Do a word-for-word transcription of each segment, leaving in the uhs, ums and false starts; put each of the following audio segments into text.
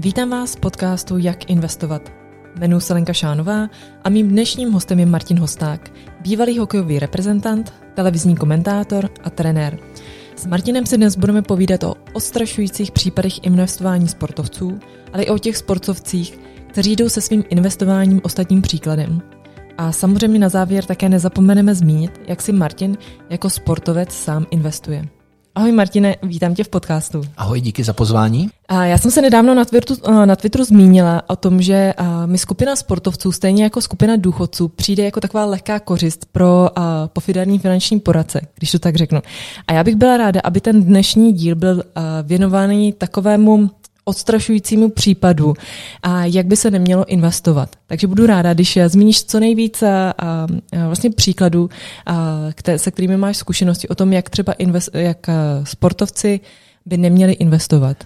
Vítám vás v podcastu Jak investovat. Jmenuji se Lenka Šánová a mým dnešním hostem je Martin Hosták, bývalý hokejový reprezentant, televizní komentátor a trenér. S Martinem si dnes budeme povídat o odstrašujících případech investování sportovců, ale i o těch sportovcích, kteří jdou se svým investováním ostatním příkladem. A samozřejmě na závěr také nezapomeneme zmínit, jak si Martin jako sportovec sám investuje. Ahoj Martine, vítám tě v podcastu. Ahoj, díky za pozvání. A já jsem se nedávno na Twitteru, na Twitteru zmínila o tom, že mi skupina sportovců, stejně jako skupina důchodců, přijde jako taková lehká kořist pro pofidérní finanční poradce, když to tak řeknu. A já bych byla ráda, aby ten dnešní díl byl věnovaný takovému odstrašujícímu případu, a jak by se nemělo investovat. Takže budu ráda, když zmíníš co nejvíc a, a vlastně příkladů, a, které, se kterými máš zkušenosti o tom, jak třeba invest, jak sportovci by neměli investovat.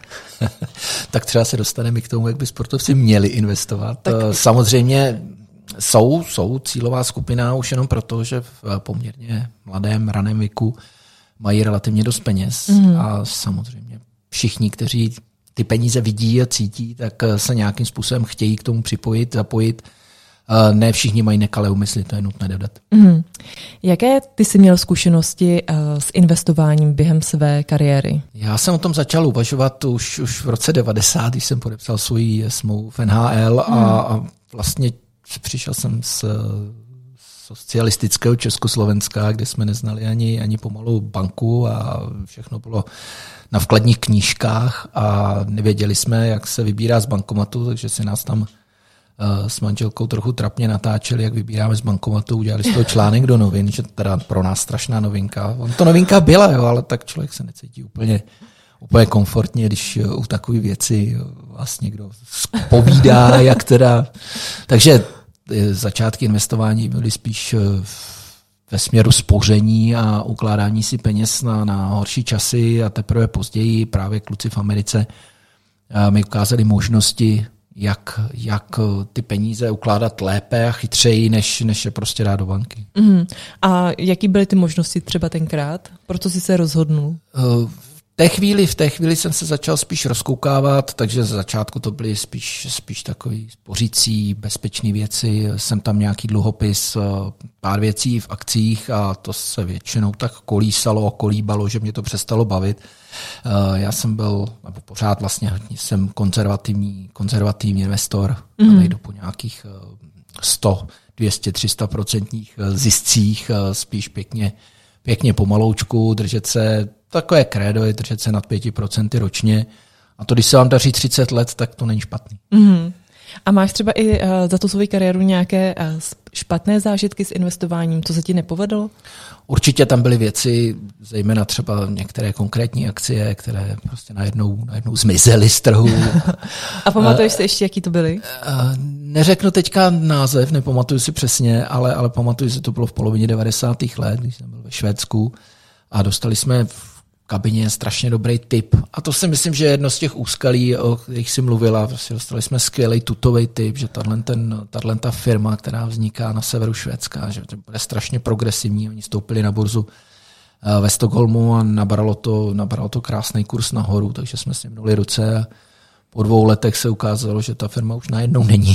Tak třeba se dostaneme i k tomu, jak by sportovci měli investovat. Tak... Samozřejmě jsou, jsou cílová skupina už jenom proto, že v poměrně mladém, raném věku mají relativně dost peněz mm. a samozřejmě všichni, kteří ty peníze vidí a cítí, tak se nějakým způsobem chtějí k tomu připojit, zapojit. Ne všichni mají nekalé úmysly, to je nutné dodat. Mm. Jaké ty jsi měl zkušenosti s investováním během své kariéry? Já jsem o tom začal uvažovat už, už v roce devadesát, když jsem podepsal svůj smlouvu v N H L a, mm. a vlastně přišel jsem z socialistického Československa, kde jsme neznali ani, ani pomalu banku a všechno bylo na vkladních knížkách a nevěděli jsme, jak se vybírá z bankomatu, takže si nás tam uh, s manželkou trochu trapně natáčeli, jak vybíráme z bankomatu, udělali z toho článek do novin, že teda pro nás strašná novinka. On to novinka byla, jo, ale tak člověk se necítí úplně, úplně komfortně, když u takové věci vás někdo povídá, jak teda. Takže začátky investování byly spíš ve směru spoření a ukládání si peněz na, na horší časy a teprve později právě kluci v Americe mi ukázali možnosti, jak, jak ty peníze ukládat lépe a chytřeji, než, než je prostě dát do banky. Mm. A jaký byly ty možnosti třeba tenkrát? Proto jsi se rozhodnul? Uh, V té chvíli, v té chvíli jsem se začal spíš rozkoukávat, takže za začátku to byly spíš, spíš takový spořící, bezpečné věci. Jsem tam nějaký dluhopis, pár věcí v akcích a to se většinou tak kolísalo, kolíbalo, že mě to přestalo bavit. Já jsem byl, nebo pořád vlastně jsem konzervativní, konzervativní investor, mm. nejdu po nějakých sto, dvě stě, tři sta procentních ziscích, spíš pěkně, pěkně pomaloučku, držet se takové krédo je držet se nad pěti procenty ročně. A to, když se vám daří třicet let, tak to není špatný. Mm. A máš třeba i uh, za tu svou kariéru nějaké uh, špatné zážitky s investováním? Co se ti nepovedlo? Určitě tam byly věci, zejména třeba některé konkrétní akcie, které prostě najednou, najednou zmizely z trhu. A pamatuješ si ještě, jaký to byly? Uh, neřeknu teďka název, nepamatuju si přesně, ale, ale pamatuju si, to bylo v polovině devadesátých let, když jsem byl ve Švédsku a dostali jsme v kabině strašně dobrý tip. A to si myslím, že je jedno z těch úskalí, o kterých si mluvila. Prostě dostali jsme skvělý tutový tip, že tahle ta firma, která vzniká na severu Švédska, že to bude strašně progresivní. Oni stoupili na burzu ve Stockholmu a nabralo to, nabralo to krásný kurz nahoru, takže jsme si mnuli ruce a po dvou letech se ukázalo, že ta firma už najednou není.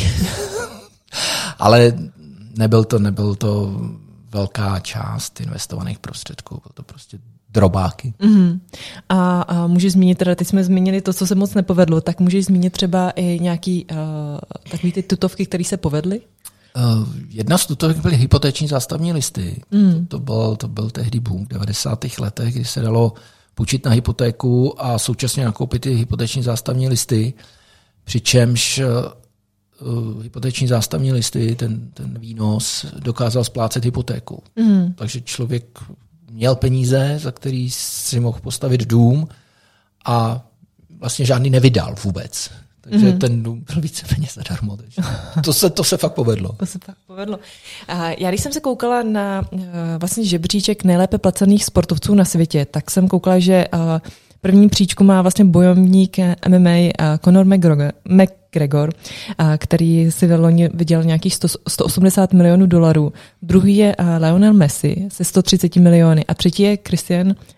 Ale nebyl to, nebyl to velká část investovaných prostředků, bylo to prostě drobáky. Mm. A, a můžeš zmínit, teda teď jsme zmínili to, co se moc nepovedlo, tak můžeš zmínit třeba i nějaký uh, takový ty tutovky, které se povedly? Uh, jedna z tutovek byly hypoteční zástavní listy. Mm. To, to, byl, to byl tehdy boom v devadesátých letech, kdy se dalo půjčit na hypotéku a současně nakoupit ty hypoteční zástavní listy, přičemž uh, hypoteční zástavní listy, ten, ten výnos dokázal splácet hypotéku. Mm. Takže člověk měl peníze, za který si mohl postavit dům a vlastně žádný nevydal vůbec. Takže mm-hmm. ten dům byl víceméně zadarmo. To se, to se fakt povedlo. To se fakt povedlo. Já když jsem se koukala na vlastně žebříček nejlépe placených sportovců na světě, tak jsem koukala, že první příčku má vlastně bojovník M M A Conor McGregor, McGregor, který si v loni vydělal nějakých sto osmdesát milionů dolarů. Druhý je Lionel Messi se sto třicet miliony a třetí je Cristiano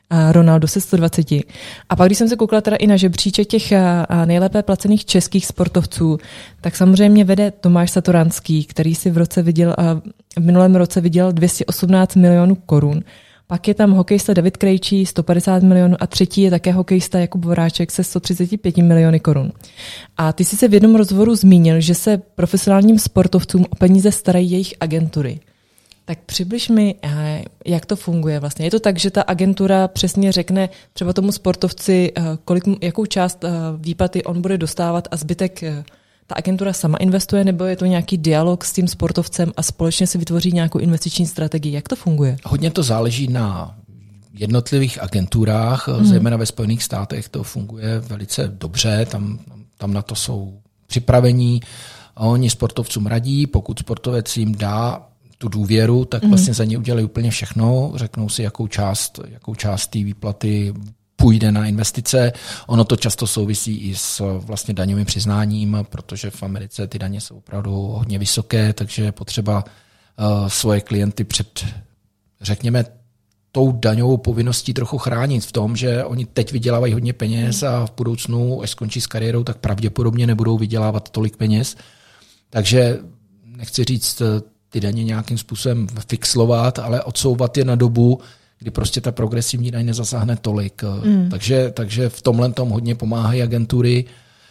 Ronaldo se sto dvacet. A pak, když jsem se koukala teda i na žebříček těch nejlépe placených českých sportovců, tak samozřejmě vede Tomáš Satoranský, který si v roce viděl, v minulém roce viděl dvě stě osmnáct milionů korun. Pak je tam hokejista David Krejčí, sto padesát milionů a třetí je také hokejista Jakub Voráček se sto třicet pět miliony korun. A ty jsi se v jednom rozhovoru zmínil, že se profesionálním sportovcům o peníze starají jejich agentury. Tak přibliž mi, jak to funguje vlastně. Je to tak, že ta agentura přesně řekne třeba tomu sportovci, kolik, jakou část výplaty on bude dostávat a zbytek ta agentura sama investuje, nebo je to nějaký dialog s tím sportovcem a společně si vytvoří nějakou investiční strategii? Jak to funguje? Hodně to záleží na jednotlivých agenturách, hmm. zejména ve Spojených státech to funguje velice dobře, tam, tam na to jsou připravení a oni sportovcům radí, pokud sportovec jim dá tu důvěru, tak hmm. vlastně za ně udělají úplně všechno, řeknou si, jakou část, jakou část té výplaty půjde na investice. Ono to často souvisí i s vlastně daňovým přiznáním, protože v Americe ty daně jsou opravdu hodně vysoké, takže je potřeba uh, svoje klienty před, řekněme, tou daňovou povinností trochu chránit v tom, že oni teď vydělávají hodně peněz a v budoucnu, až skončí s kariérou, tak pravděpodobně nebudou vydělávat tolik peněz. Takže nechci říct ty daně nějakým způsobem fixlovat, ale odsouvat je na dobu, kdy prostě ta progresivní daň nezasáhne tolik. Mm. Takže, takže v tomhle tom hodně pomáhají agentury.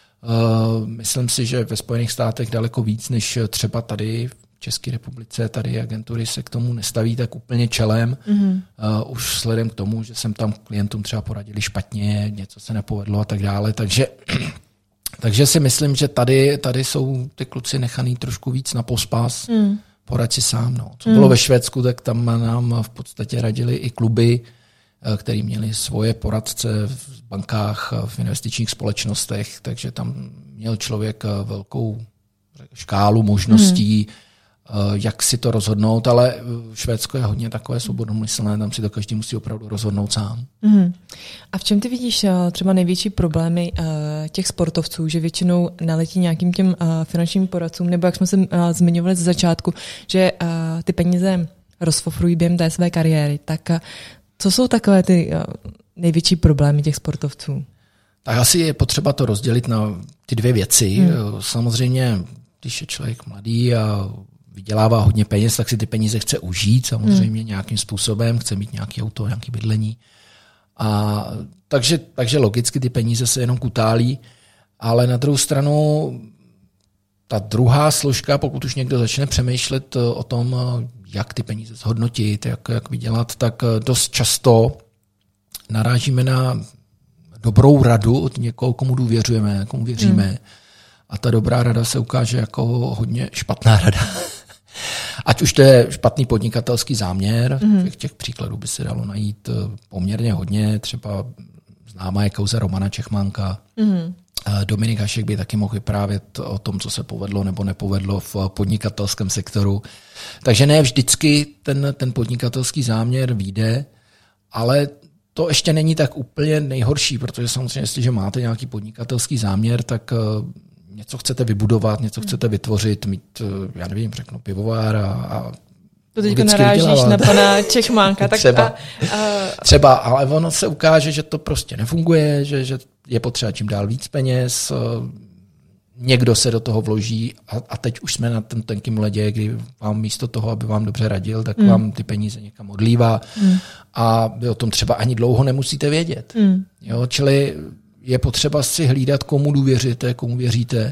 Uh, myslím si, že ve Spojených státech daleko víc, než třeba tady v České republice. Tady agentury se k tomu nestaví tak úplně čelem. Mm. Uh, už vzhledem k tomu, že jsem tam klientům třeba poradili špatně, něco se nepovedlo a tak dále. Takže, takže si myslím, že tady, tady jsou ty kluci nechaný trošku víc na pospas. Mm. Porad si sám. No. Co bylo hmm. ve Švédsku, tak tam nám v podstatě radili i kluby, který měli svoje poradce v bankách, v investičních společnostech, takže tam měl člověk velkou škálu možností, hmm. jak si to rozhodnout, ale Švédsko je hodně takové svobodomyslné, tam si to každý musí opravdu rozhodnout sám. Hmm. A v čem ty vidíš třeba největší problémy těch sportovců, že většinou naletí nějakým těm finančním poradcům, nebo jak jsme se zmiňovali ze začátku, že ty peníze rozfofrují během té své kariéry, tak co jsou takové ty největší problémy těch sportovců? Tak asi je potřeba to rozdělit na ty dvě věci. Hmm. Samozřejmě, když je člověk mladý a vydělává hodně peněz, tak si ty peníze chce užít samozřejmě hmm. nějakým způsobem, chce mít nějaké auto, nějaké bydlení. A takže, takže logicky ty peníze se jenom kutálí, ale na druhou stranu ta druhá složka, pokud už někdo začne přemýšlet o tom, jak ty peníze zhodnotit, jak, jak vydělat, tak dost často narážíme na dobrou radu od někoho, komu důvěřujeme, komu věříme. Hmm. A ta dobrá rada se ukáže jako hodně špatná rada. Ať už to je špatný podnikatelský záměr, mm. těch, těch příkladů by se dalo najít poměrně hodně, třeba známá je kauza Romana Čechmánka. Mm. Dominik Hašek by taky mohl vyprávět o tom, co se povedlo nebo nepovedlo v podnikatelském sektoru. Takže ne vždycky ten, ten podnikatelský záměr vyjde, ale to ještě není tak úplně nejhorší, protože samozřejmě, jestliže máte nějaký podnikatelský záměr, tak něco chcete vybudovat, něco chcete vytvořit, mít, já nevím, řeknu pivovar a, a to teďko narážíš vydělávat. Na pana Čechmánka. Tak třeba, a, a... třeba, ale ono se ukáže, že to prostě nefunguje, že, že je potřeba čím dál víc peněz, někdo se do toho vloží a, a teď už jsme na tom tenkým ledě, kdy vám místo toho, aby vám dobře radil, tak mm. vám ty peníze někam odlívá mm. a vy o tom třeba ani dlouho nemusíte vědět. Mm. Jo, čili je potřeba si hlídat, komu důvěříte, komu věříte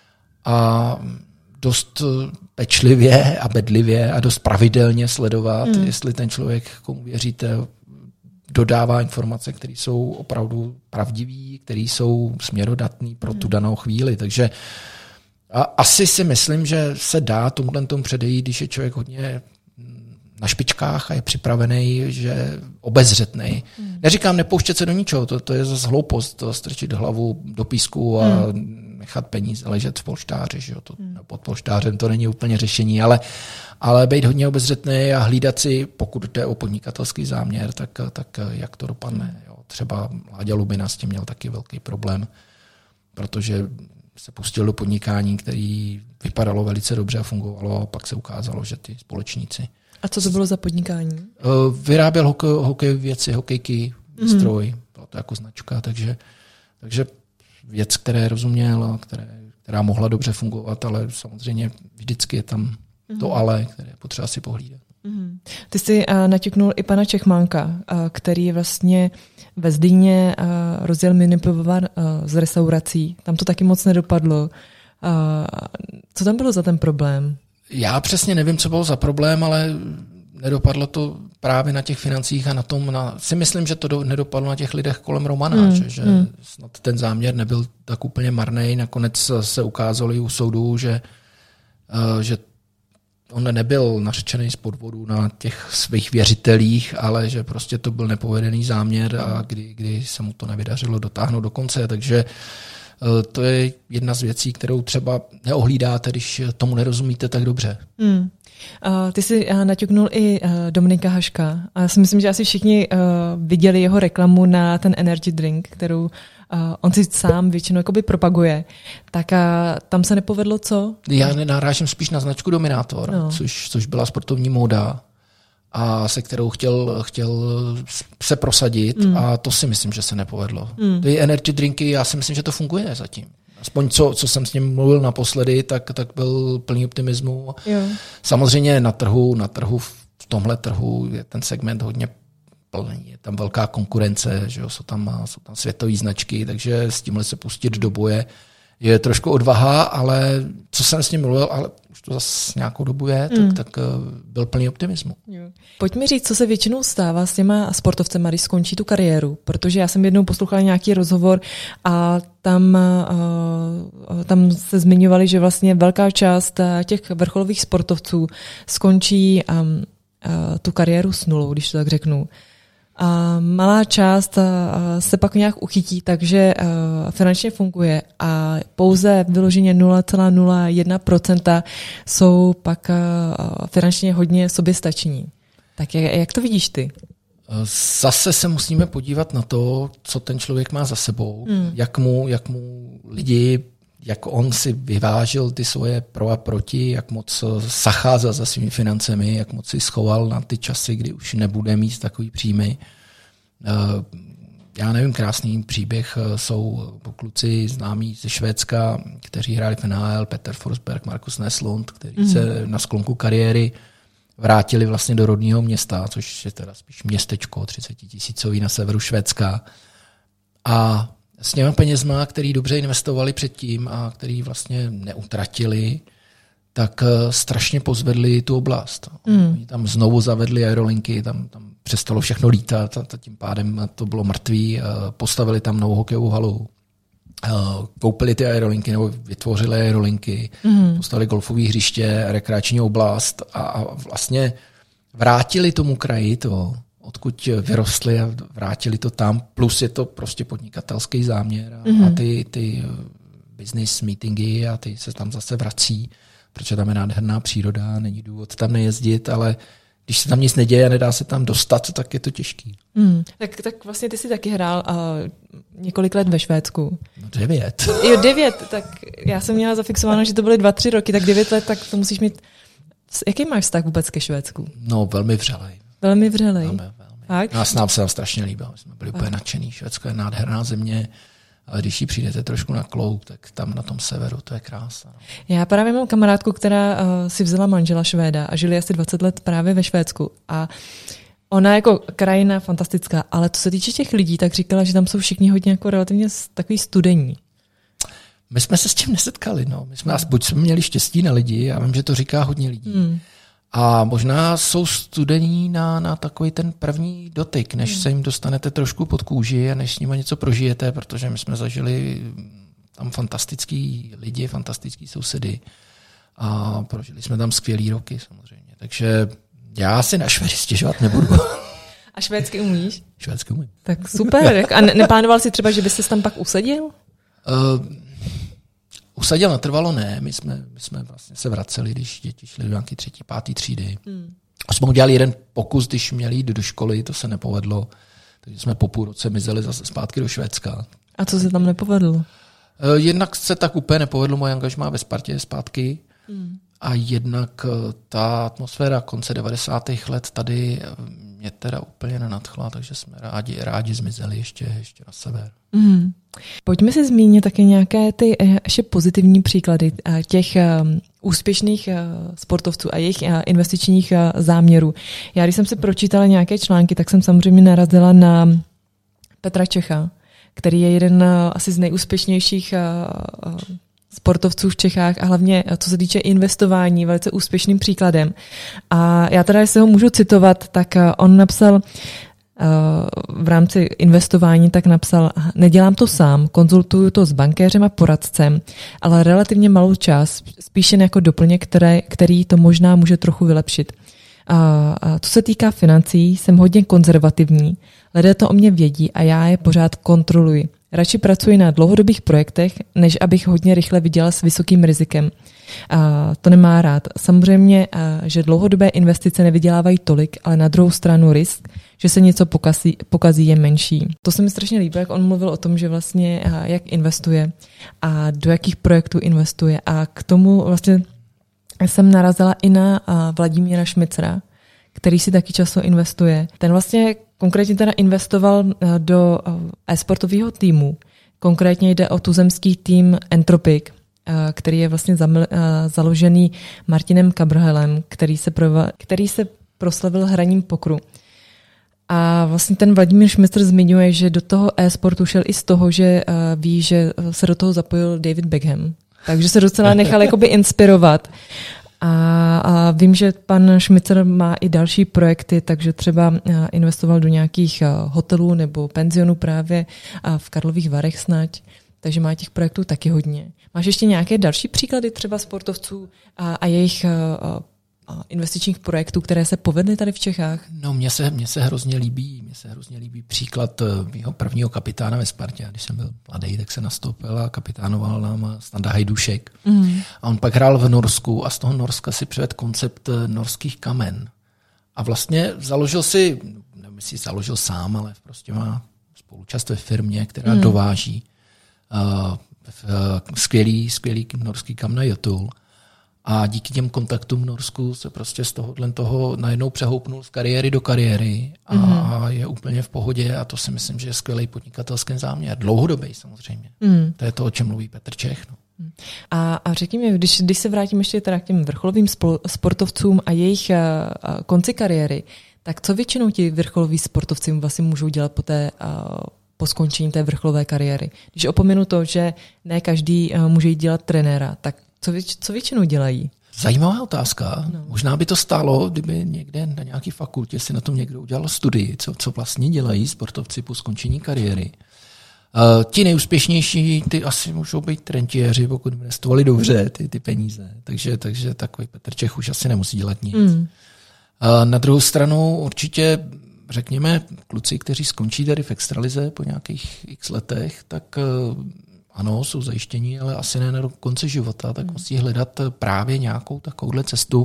a dost pečlivě a bedlivě a dost pravidelně sledovat, mm. jestli ten člověk, komu věříte, dodává informace, které jsou opravdu pravdivé, které jsou směrodatné pro tu danou chvíli. Takže a asi si myslím, že se dá tomuhle tomu předejít, když je člověk hodně na špičkách a je připravený, že obezřetnej. Hmm. Neříkám nepouštět se do ničeho, to, to je zase hloupost, to strčit hlavu do písku a hmm. nechat peníze ležet v polštáři. Že jo? To, hmm. pod polštářem to není úplně řešení, ale, ale být hodně obezřetný a hlídat si, pokud jde o podnikatelský záměr, tak, tak jak to dopadne. Jo? Třeba Láďa Lubina s tím měl taky velký problém, protože se pustil do podnikání, který vypadalo velice dobře a fungovalo a pak se ukázalo, že ty společníci. A co to bylo za podnikání? Vyráběl hokej, hokej věci, hokejky, výstroj, mm. byla to jako značka, takže, takže věc, které rozuměl a které, která mohla dobře fungovat, ale samozřejmě vždycky je tam mm. to ale, které je potřeba si pohlídat. Mm. Ty jsi uh, naťuknul i pana Čechmánka, uh, který vlastně ve Zlíně uh, rozjel minipivovar uh, z restaurací. Tam to taky moc nedopadlo. Uh, co tam bylo za ten problém? Já přesně nevím, co bylo za problém, ale nedopadlo to právě na těch financích a na tom, na, si myslím, že to do, nedopadlo na těch lidech kolem Romana, mm, že, že mm. snad ten záměr nebyl tak úplně marnej. Nakonec se ukázalo i u soudu, že, uh, že on nebyl nařčený z podvodu na těch svých věřitelích, ale že prostě to byl nepovedený záměr a kdy, kdy se mu to nevydařilo dotáhnout do konce, takže to je jedna z věcí, kterou třeba neohlídáte, když tomu nerozumíte tak dobře. Hmm. Uh, ty jsi uh, naťuknul i uh, Dominika Haška a já si myslím, že asi všichni uh, viděli jeho reklamu na ten energy drink, kterou uh, on si sám většinou jakoby propaguje. Tak uh, tam se nepovedlo co? Já narážím spíš na značku Dominátor, no. což, což byla sportovní móda a se kterou chtěl, chtěl se prosadit mm. a to si myslím, že se nepovedlo. Mm. Ty energy drinky, já si myslím, že to funguje zatím. Aspoň co, co jsem s ním mluvil naposledy, tak, tak byl plný optimismu. Jo. Samozřejmě na trhu, na trhu, v tomhle trhu je ten segment hodně plný. Je tam velká konkurence, že jo, jsou tam, jsou tam světové značky, takže s tímhle se pustit do boje je trošku odvaha, ale co jsem s ním mluvil, ale už to zase nějakou dobu je, mm. tak, tak byl plný optimismu. Jo. Pojď mi říct, co se většinou stává s těma sportovcema, když skončí tu kariéru, protože já jsem jednou poslouchala nějaký rozhovor a tam, uh, tam se zmiňovali, že vlastně velká část těch vrcholových sportovců skončí um, uh, tu kariéru s nulou, když to tak řeknu. A malá část se pak nějak uchytí, takže finančně funguje a pouze vyloženě nula celá nula jedna procenta jsou pak finančně hodně soběstační. Tak jak to vidíš ty? Zase se musíme podívat na to, co ten člověk má za sebou, hmm. jak mu, jak mu lidi, jak on si vyvážil ty svoje pro a proti, jak moc zacházel za svými financemi, jak moc si schoval na ty časy, kdy už nebude mít takový příjmy. Já nevím, krásný příběh jsou kluci známí ze Švédska, kteří hráli v N H L, Peter Forsberg, Markus Näslund, kteří mm. se na sklonku kariéry vrátili vlastně do rodného města, což je teda spíš městečko třicetitisícový na severu Švédska. A s těma penězma, který dobře investovali předtím a který vlastně neutratili, tak strašně pozvedli tu oblast. Mm. Tam znovu zavedli aerolinky, tam, tam přestalo všechno lítat a tím pádem to bylo mrtvý. Postavili tam novou hokejovou halu, koupili ty aerolinky nebo vytvořili aerolinky, mm. postavili golfové hřiště, rekreační oblast a, a vlastně vrátili tomu kraji to, odkud vyrostli a vrátili to tam, plus je to prostě podnikatelský záměr a, mm. a ty, ty business meetingy a ty se tam zase vrací, protože tam je nádherná příroda, není důvod tam nejezdit, ale když se tam nic neděje a nedá se tam dostat, tak je to těžký. Mm, tak, tak vlastně ty jsi taky hrál uh, několik let ve Švédsku. No devět. Jo, devět, tak já jsem měla zafixováno, že to byly dva, tři roky, tak devět let, tak to musíš mít... Jaký máš vztah vůbec ke Švédsku? No, velmi vřelej. Velmi vřelej? Velmi, velmi. Nás nám se nám strašně líbilo, jsme byli úplně nadšený. Švédsko je nádherná země, ale když ji přijdete trošku na kloub, tak tam na tom severu to je krása. No. Já právě mám kamarádku, která uh, si vzala manžela Švéda a žili asi dvacet let právě ve Švédsku. A ona jako krajina fantastická, ale co se týče těch lidí, tak říkala, že tam jsou všichni hodně jako relativně takový studení. My jsme se s tím nesetkali. No. My jsme, buď jsme měli štěstí na lidi, já vím, že to říká hodně lidí. Hmm. A možná jsou studení na, na takový ten první dotyk, než hmm. se jim dostanete trošku pod kůži a než s nimi něco prožijete, protože my jsme zažili tam fantastický lidi, fantastický sousedy a prožili jsme tam skvělý roky samozřejmě. Takže já si na Švédy stěžovat nebudu. A švédsky umíš? Švédsky umím. Tak super. A ne- neplánoval jsi třeba, že bys se tam pak usadil? Uh, Usadil natrvalo ne, my jsme, my jsme vlastně se vraceli, když děti šly do nějaké třetí, pátý třídy. Hmm. A jsme udělali jeden pokus, když měli jít do školy, to se nepovedlo, takže jsme po půl roce mizeli zase zpátky do Švédska. A co se tam nepovedlo? Jednak se tak úplně nepovedlo moje angažmá ve Spartě zpátky hmm. a jednak ta atmosféra konce devadesátých let tady mě teda úplně nenadchla, takže jsme rádi, rádi zmizeli ještě, ještě na sever. Mm. Pojďme si zmínit také nějaké ty ještě pozitivní příklady těch úspěšných sportovců a jejich investičních záměrů. Já když jsem si pročítala nějaké články, tak jsem samozřejmě narazila na Petra Čecha, který je jeden asi z nejúspěšnějších sportovců v Čechách a hlavně co se týče investování, velice úspěšným příkladem. A já teda, jestli ho můžu citovat, tak on napsal v rámci investování, tak napsal, nedělám to sám, konzultuju to s bankéřem a poradcem, ale relativně malou část, spíše jako doplněk, které, který to možná může trochu vylepšit. A, a co se týká financí, jsem hodně konzervativní, lidé to o mě vědí a já je pořád kontroluji. Radši pracuji na dlouhodobých projektech, než abych hodně rychle vydělal s vysokým rizikem. A to nemá rád. Samozřejmě, že dlouhodobé investice nevydělávají tolik, ale na druhou stranu risk, že se něco pokazí, pokazí je menší. To se mi strašně líbí, jak on mluvil o tom, že vlastně jak investuje a do jakých projektů investuje. A k tomu vlastně jsem narazila i na Vladimíra Šmicera, který si taky často investuje. Ten vlastně konkrétně teda investoval do e-sportového týmu. Konkrétně jde o tuzemský tým Entropic, který je vlastně založený Martinem Cabrhelem, který se, prova- který se proslavil hraním pokru. A vlastně ten Vladimír Šmicr zmiňuje, že do toho e-sportu šel i z toho, že ví, že se do toho zapojil David Beckham. Takže se docela nechal jakoby inspirovat. A, a vím, že pan Šmicr má i další projekty, takže třeba investoval do nějakých hotelů nebo penzionů právě v Karlových Varech snad, takže má těch projektů taky hodně. Máš ještě nějaké další příklady třeba sportovců a, a jejich a, a investičních projektů, které se povedly tady v Čechách? No, mně se, mně se hrozně líbí, mně se hrozně líbí příklad mého prvního kapitána ve Spartě. Když jsem byl mladý, tak se nastoupil a kapitánoval nám Standa Hajdušek. Mm. A on pak hrál v Norsku a z toho Norska si přivedl koncept norských kamen. A vlastně založil si, nevím, jestli založil sám, ale prostě má spolučast ve firmě, která mm. dováží uh, skvělý, skvělý norský kamen Jotul. A díky těm kontaktům v Norsku se prostě z tohohle toho najednou přehoupnul z kariéry do kariéry a mm. je úplně v pohodě a to si myslím, že je skvělý podnikatelský záměr. Dlouhodobý samozřejmě. Mm. To je to, o čem mluví Petr Čech. No. A, a řekni mi, když, když se vrátím ještě teda k těm vrcholovým sportovcům a jejich a, a konci kariéry, tak co většinou ti vrcholoví sportovci vlastně můžou dělat po té a, po skončení té vrcholové kariéry? Když opomenu to, že ne každý a, může jít dělat trenéra, tak Co, věč, co většinou dělají? Zajímavá otázka. No. Možná by to stálo, kdyby někde na nějaké fakultě si na tom někdo udělal studii, co, co vlastně dělají sportovci po skončení kariéry. Uh, ti nejúspěšnější, ty asi můžou být rentiéři, pokud investovali dobře ty, ty peníze. Takže, takže takový Petr Čech už asi nemusí dělat nic. Mm. Uh, na druhou stranu určitě, řekněme, kluci, kteří skončí tady v extralize po nějakých x letech, tak uh, ano, jsou zajištění, ale asi ne na konci života, tak musí hledat právě nějakou takovouhle cestu,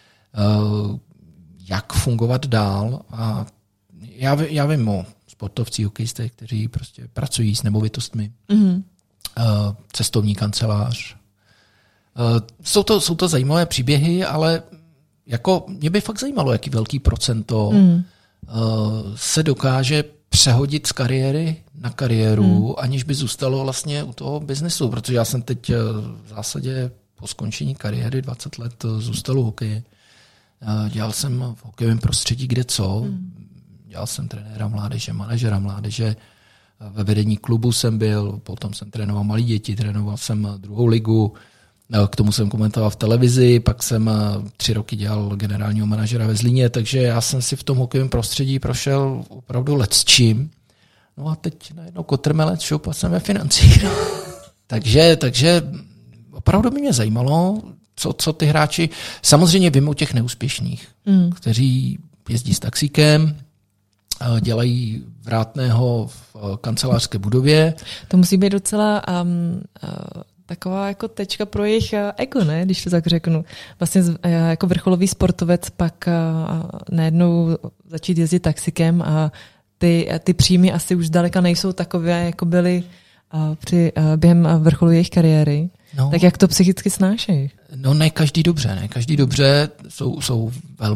jak fungovat dál. A já, já vím o sportovcích, hokejistech, kteří prostě pracují s nemovitostmi, mm-hmm. cestovní kancelář. Jsou to, jsou to zajímavé příběhy, ale jako mě by fakt zajímalo, jaký velký procento mm. se dokáže přehodit z kariéry na kariéru, hmm. aniž by zůstalo vlastně u toho biznesu, protože já jsem teď v zásadě po skončení kariéry dvacet let zůstal u hokeje. Dělal jsem v hokejovém prostředí kde co, hmm. dělal jsem trenéra mládeže, manažera mládeže, ve vedení klubu jsem byl, potom jsem trénoval malé děti, trénoval jsem druhou ligu, k tomu jsem komentoval v televizi, pak jsem tři roky dělal generálního manažera ve Zlíně, takže já jsem si v tom hokejovém prostředí prošel opravdu lecčím. No a teď najednou kotrmelec šup a jsem ve financích. No. takže, takže opravdu by mě zajímalo, co, co ty hráči, samozřejmě vím o těch neúspěšných, mm. kteří jezdí s taxíkem, dělají vrátného v kancelářské budově. To musí být docela um, uh, taková jako tečka pro jejich ego, ne? Když to tak řeknu. Vlastně jako vrcholový sportovec pak uh, najednou začít jezdit taxikem a ty, ty příjmy asi už zdaleka nejsou takové, jako byly uh, při, uh, během vrcholu jejich kariéry. No, tak jak to psychicky snášejí? No ne každý dobře, ne každý dobře. Jsou, jsou velmi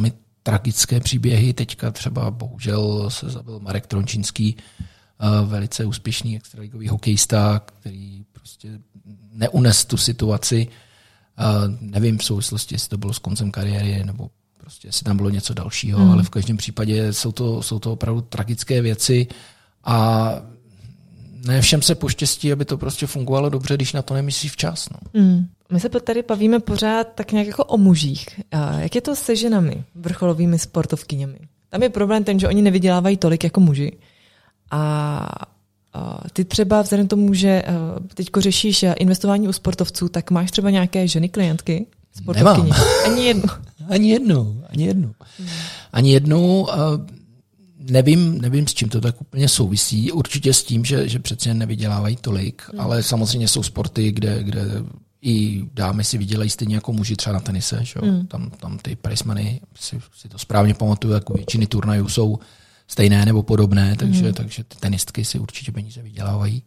tragické příběhy. Teďka třeba bohužel se zabil Marek Trončínský, velice úspěšný extraligový hokejista, který prostě neunes tu situaci. Nevím v souvislosti, jestli to bylo s koncem kariéry, nebo prostě jestli tam bylo něco dalšího, mm. ale v každém případě jsou to, jsou to opravdu tragické věci a ne všem se poštěstí, aby to prostě fungovalo dobře, když na to nemyslíš včas. No. Mm. My se tady bavíme pořád tak nějak jako o mužích. A jak je to se ženami, vrcholovými sportovkyněmi? Tam je problém ten, že oni nevydělávají tolik jako muži. A, a ty třeba vzhledem tomu, že teďko řešíš investování u sportovců, tak máš třeba nějaké ženy klientky? Sportovkyně? Nemám. Ani jednu. Ani jednu. Ani jednu. Hmm. Ani jednu. Nevím, nevím, s čím to tak úplně souvisí. Určitě s tím, že, že přece nevydělávají tolik, hmm. ale samozřejmě jsou sporty, kde, kde i dámy si vydělají stejně jako muži třeba na tenise. Že? Hmm. Tam, tam ty prize, si, si to správně pamatuju, jako většiny turnajů jsou stejné nebo podobné, takže, hmm. takže ty tenistky si určitě peníze vydělávají.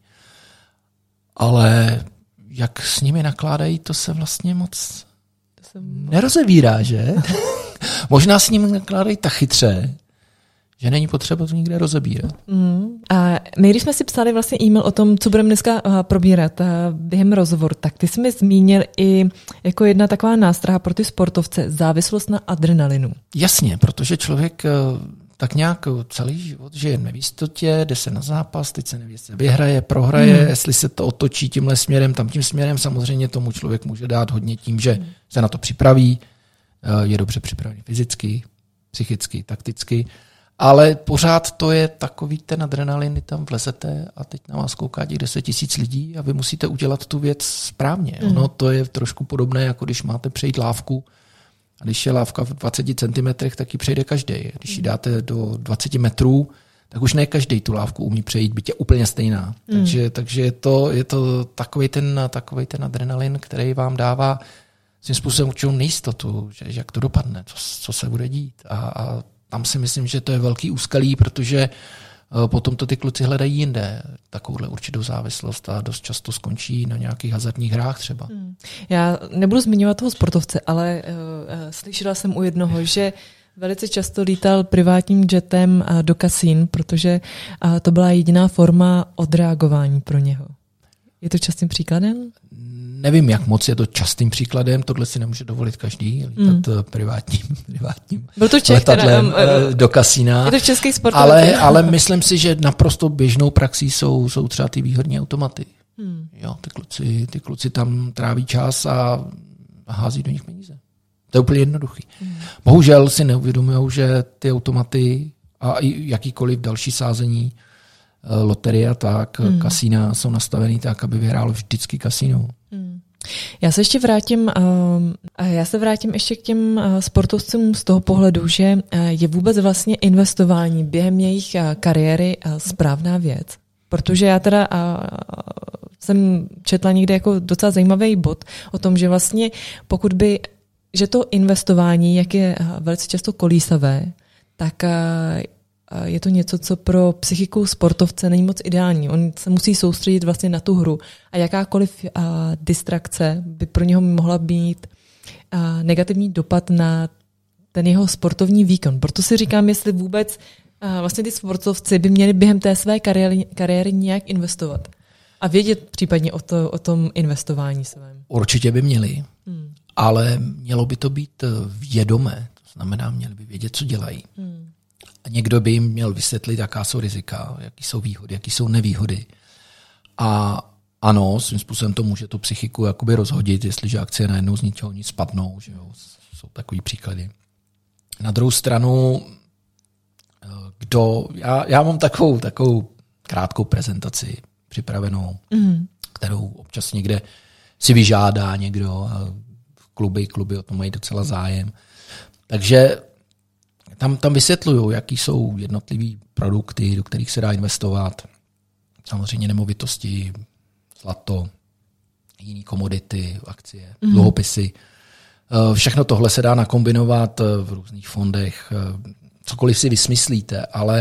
Ale jak s nimi nakládají, to se vlastně moc to se nerozevírá, že? Možná s nimi nakládají tak chytře, že není potřeba to nikde rozebírat. Mm. A my, když jsme si psali vlastně e-mail o tom, co budeme dneska probírat během rozhovoru, tak ty jsi mi zmínil i jako jedna taková nástraha pro ty sportovce, závislost na adrenalinu. Jasně, protože člověk tak nějak celý život žije v nejistotě, jde se na zápas, teď se neví, jestli vyhraje, prohraje, hmm. jestli se to otočí tímhle směrem, tam tím směrem, samozřejmě tomu člověk může dát hodně tím, že hmm. se na to připraví, je dobře připravený fyzicky, psychicky, takticky, ale pořád to je takový ten adrenalin, kdy tam vlezete a teď na vás kouká těch deset tisíc lidí a vy musíte udělat tu věc správně. Hmm. Ono to je trošku podobné, jako když máte přejít lávku. A když je lávka v dvaceti centimetrech, tak ji přejde každý. Když ji dáte do dvacet metrů, tak už ne každý tu lávku umí přejít, byť je úplně stejná. Mm. Takže, takže je to, je to takový ten, takový ten adrenalin, který vám dává svým způsobem určitou nejistotu, že, že jak to dopadne, co, co se bude dít. A, a tam si myslím, že to je velký úskalí, protože potom to ty kluci hledají jinde, takovouhle určitou závislost a dost často skončí na nějakých hazardních hrách třeba. Hmm. Já nebudu zmiňovat toho sportovce, ale uh, slyšela jsem u jednoho, že velice často lítal privátním jetem uh, do kasín, protože uh, to byla jediná forma odreagování pro něho. Je to častým příkladem? Nevím, jak moc je to častým příkladem, tohle si nemůže dovolit každý, lítat mm. privátním, privátním Byl to Čech, letadlem teda, do kasína. Je to český sport. Ale, ale myslím si, že naprosto běžnou praxí jsou, jsou třeba ty výhodní automaty. Mm. Jo, ty, kluci, ty kluci tam tráví čas a, a hází do nich peníze. To je úplně jednoduchý. Mm. Bohužel si neuvědomují, že ty automaty a i jakýkoliv další sázení, loterie a tak, hmm. kasína jsou nastavený tak, aby vyhrálo vždycky kasíno. Hmm. Já se ještě vrátím, já se vrátím ještě k těm sportovcům z toho pohledu, že je vůbec vlastně investování během jejich kariéry správná věc. Protože já teda jsem četla někde jako docela zajímavý bod o tom, že vlastně pokud by, že to investování, jak je velice často kolísavé, tak je to něco, co pro psychiku sportovce není moc ideální. On se musí soustředit vlastně na tu hru. A jakákoliv uh, distrakce by pro něho mohla být uh, negativní dopad na ten jeho sportovní výkon. Proto si říkám, jestli vůbec uh, vlastně ty sportovci by měli během té své kariéry, kariéry nějak investovat. A vědět případně o, to, o tom investování svém. Určitě by měli, hmm. ale mělo by to být vědomé. To znamená, měli by vědět, co dělají. Hmm. A někdo by jim měl vysvětlit, jaká jsou rizika, jaký jsou výhody, jaký jsou nevýhody. A ano, svým způsobem to může tu psychiku jakoby rozhodit, jestliže akcie najednou z ničeho nic spadnou. Že jo? Jsou takový příklady. Na druhou stranu, kdo, já, já mám takovou, takovou krátkou prezentaci připravenou, mm. kterou občas někde si vyžádá někdo. Kluby, kluby o tom mají docela zájem. Takže Tam, tam vysvětlují, jaký jsou jednotlivý produkty, do kterých se dá investovat. Samozřejmě nemovitosti, zlato, jiné komodity, akcie, mm. dluhopisy. Všechno tohle se dá nakombinovat v různých fondech. Cokoliv si vysmyslíte, ale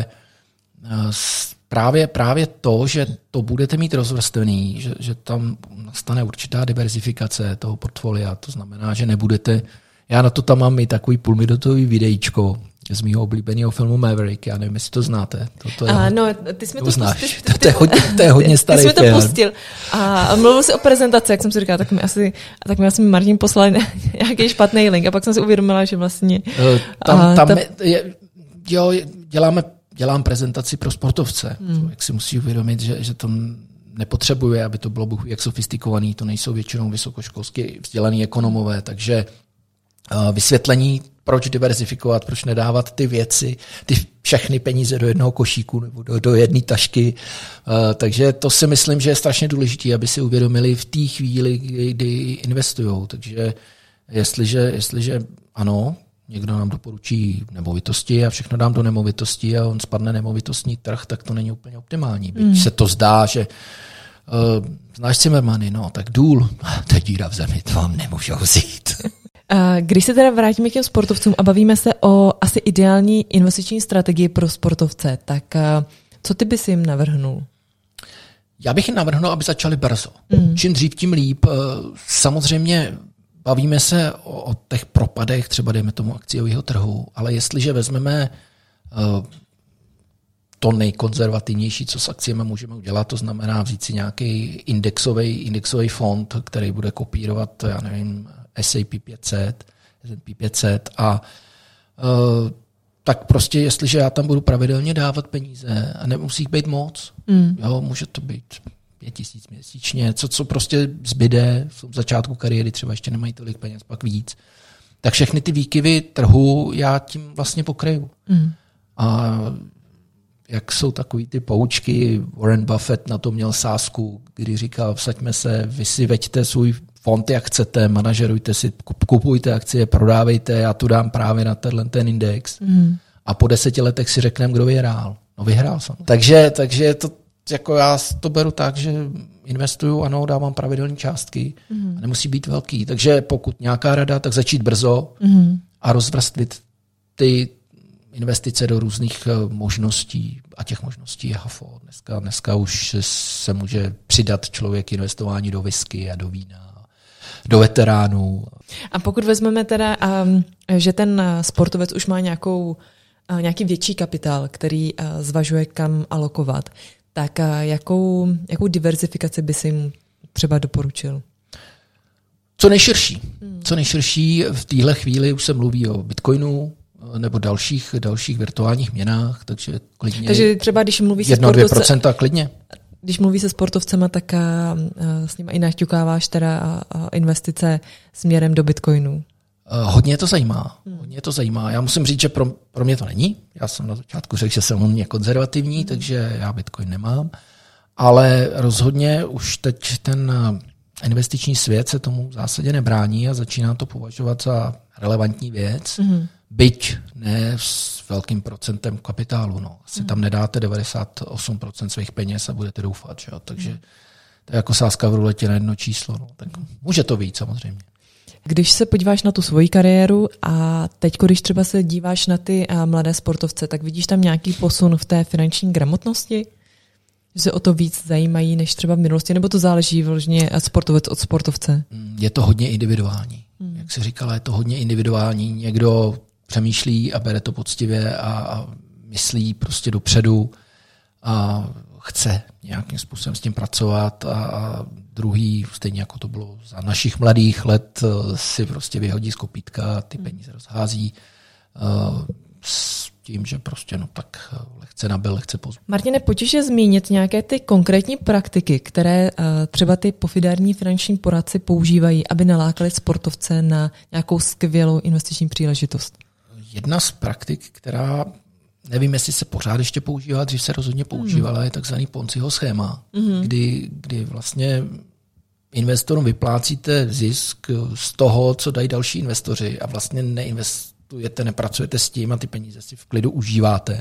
právě, právě to, že to budete mít rozvrstvený, že, že tam nastane určitá diverzifikace toho portfolia, to znamená, že nebudete Já na to tam mám i takový půlminutový videíčko z mýho oblíbeného filmu Maverick. Já nevím, jestli to znáte. To, to je, a, no, ty jsme to, to pustil. To, to, je hodně, to je hodně starý film. Ty jsme to pustil. A mluvil jsi o prezentaci, jak jsem si říkala, tak mi asi, tak mi asi Martin poslal nějaký špatný link a pak jsem si uvědomila, že vlastně... Tam, tam ta... je, jo, děláme, dělám prezentaci pro sportovce. Hmm. Jak si musí uvědomit, že, že to nepotřebuje, aby to bylo bůh jak sofistikovaný, to nejsou většinou vysokoškolsky vzdělaný ekonomové, takže uh, vysvětlení, proč diverzifikovat, proč nedávat ty věci, ty všechny peníze do jednoho košíku nebo do, do jedné tašky. Uh, takže to si myslím, že je strašně důležité, aby si uvědomili v té chvíli, kdy, kdy investují. Takže jestliže, jestliže ano, někdo nám doporučí nemovitosti a všechno dám do nemovitosti a on spadne nemovitostní trh, tak to není úplně optimální. Byť mm. se to zdá, že uh, znáš Zimmermany, no tak důl, to je díra v zemi, to vám nemůžou vzít. Když se teda vrátíme k těm sportovcům a bavíme se o asi ideální investiční strategii pro sportovce, tak co ty bys jim navrhnul? Já bych jim navrhnul, aby začali brzo. Mm. Čím dřív, tím líp. Samozřejmě bavíme se o, o těch propadech, třeba dejme tomu akciového trhu, ale jestliže vezmeme uh, to nejkonzervativnější, co s akciemi můžeme udělat, to znamená vzít si nějaký indexový, indexový fond, který bude kopírovat, já nevím, S and P pět set, S and P pět set a uh, tak prostě, jestliže já tam budu pravidelně dávat peníze a nemusí jich být moc, mm. jo, může to být pět tisíc měsíčně, co, co prostě zbyde v začátku kariéry, třeba ještě nemají tolik peněz, pak víc, tak všechny ty výkyvy trhu já tím vlastně pokryju. Mm. A jak jsou takový ty poučky, Warren Buffett na to měl sázku, kdy říkal, vsaďme se, vy si veďte svůj fond, jak chcete, manažerujte si, kupujte akcie, prodávejte, já tu dám právě na tenhle ten index. Mm. A po deseti letech si řekneme, kdo vyhrál. No vyhrál jsem. Takže, takže to, jako já to beru tak, že investuju, ano, dávám pravidelné částky mm. a nemusí být velký. Takže pokud nějaká rada, tak začít brzo mm. a rozvrstvit ty investice do různých možností a těch možností je hafo. Dneska, dneska už se může přidat člověk investování do whisky a do vína, do veteránů. A pokud vezmeme teda, um, že ten sportovec už má nějakou, uh, nějaký větší kapitál, který uh, zvažuje, kam alokovat, tak uh, jakou, jakou diverzifikaci by si jim třeba doporučil? Co nejširší. Hmm. Co nejširší v téhle chvíli už se mluví o bitcoinu, nebo dalších, dalších virtuálních měnách, takže klidně takže třeba, když mluví se jedno, dvě procenta klidně. Když mluví se sportovcema, tak a, a, s nimi i našťukáváš teda a, a investice směrem do bitcoinu. Hodně je to zajímá. Hmm. Hodně je to zajímá. Já musím říct, že pro, pro mě to není. Já jsem na začátku řekl, že jsem hodně konzervativní, hmm. takže já bitcoin nemám. Ale rozhodně už teď ten investiční svět se tomu v zásadě nebrání a začíná to považovat za relevantní věc. Hmm. Byť ne s velkým procentem kapitálu. No. Asi hmm. tam nedáte devadesát osm procent svých peněz a budete doufat. Že? Takže hmm. to je jako sázka v ruletě na jedno číslo. No. Tak může to být samozřejmě. Když se podíváš na tu svoji kariéru a teď, když třeba se díváš na ty mladé sportovce, tak vidíš tam nějaký posun v té finanční gramotnosti? Že se o to víc zajímají než třeba v minulosti? Nebo to záleží vložně sportovec od sportovce? Je to hodně individuální. Hmm. Jak jsi říkala, je to hodně individuální. Někdo přemýšlí a bere to poctivě a, a myslí prostě dopředu a chce nějakým způsobem s tím pracovat a, a druhý, stejně jako to bylo za našich mladých let, si prostě vyhodí z kopítka, ty peníze rozhází uh, s tím, že prostě no tak lehce nabil, lehce pozor. Martine, pojď je zmínit nějaké ty konkrétní praktiky, které uh, třeba ty pofidérní finanční poradci používají, aby nalákali sportovce na nějakou skvělou investiční příležitost. Jedna z praktik, která nevím, jestli se pořád ještě používá, dřív se rozhodně používala, mm. je takzvaný Ponziho schéma, mm. kdy, kdy vlastně investorům vyplácíte zisk z toho, co dají další investoři a vlastně neinvestujete, nepracujete s tím a ty peníze si v klidu užíváte.